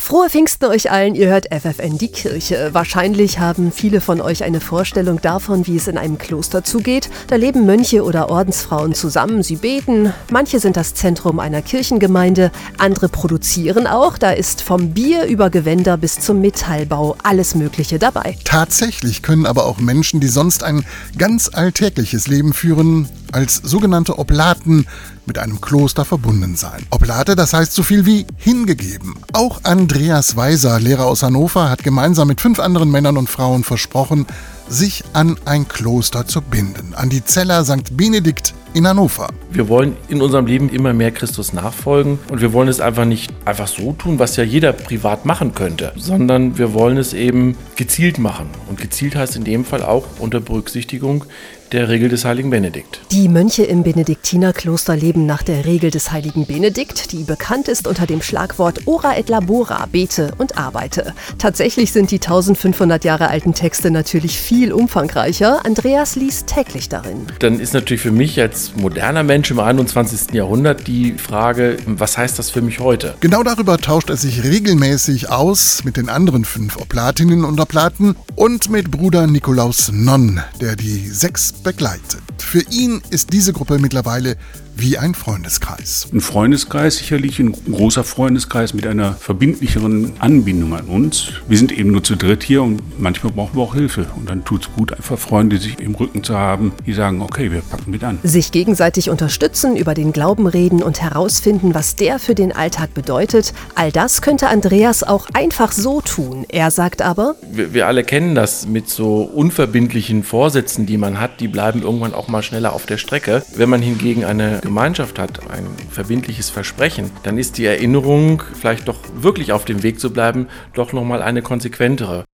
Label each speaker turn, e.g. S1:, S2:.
S1: Frohe Pfingsten euch allen, ihr hört FFN die Kirche. Wahrscheinlich haben viele von euch eine Vorstellung davon, wie es in einem Kloster zugeht. Da leben Mönche oder Ordensfrauen zusammen, sie beten. Manche sind das Zentrum einer Kirchengemeinde, andere produzieren auch. Da ist vom Bier über Gewänder bis zum Metallbau alles Mögliche dabei.
S2: Tatsächlich können aber auch Menschen, die sonst ein ganz alltägliches Leben führen, als sogenannte Oblaten mit einem Kloster verbunden sein. Oblate, das heißt so viel wie hingegeben. Auch Andreas Weiser, Lehrer aus Hannover, hat gemeinsam mit 5 anderen Männern und Frauen versprochen, sich an ein Kloster zu binden, an die Cella St. Benedikt in Hannover.
S3: Wir wollen in unserem Leben immer mehr Christus nachfolgen und wir wollen es einfach nicht einfach so tun, was ja jeder privat machen könnte, sondern wir wollen es eben gezielt machen. Und gezielt heißt in dem Fall auch unter Berücksichtigung der Regel des heiligen Benedikt.
S1: Die Mönche im Benediktinerkloster leben nach der Regel des heiligen Benedikt, die bekannt ist unter dem Schlagwort Ora et Labora, bete und arbeite. Tatsächlich sind die 1500 Jahre alten Texte natürlich viel umfangreicher. Andreas liest täglich darin.
S3: Dann ist natürlich für mich als moderner Mensch im 21. Jahrhundert die Frage, was heißt das für mich heute?
S2: Genau darüber tauscht er sich regelmäßig aus mit den anderen 5 Oblatinnen und Oblaten und mit Bruder Nikolaus Nonn, der die 6 begleitet. Für ihn ist diese Gruppe mittlerweile wie ein Freundeskreis.
S4: Ein Freundeskreis, sicherlich ein großer Freundeskreis mit einer verbindlicheren Anbindung an uns. Wir sind eben nur zu dritt hier und manchmal brauchen wir auch Hilfe. Und dann tut es gut, einfach Freunde sich im Rücken zu haben, die sagen, okay, wir packen mit an.
S1: Sich gegenseitig unterstützen, über den Glauben reden und herausfinden, was der für den Alltag bedeutet, all das könnte Andreas auch einfach so tun. Er sagt aber,
S3: wir alle kennen das mit so unverbindlichen Vorsätzen, die man hat, die bleiben irgendwann auch mal schneller auf der Strecke. Wenn man hingegen eine Gemeinschaft hat, ein verbindliches Versprechen, dann ist die Erinnerung, vielleicht doch wirklich auf dem Weg zu bleiben, doch nochmal eine konsequentere.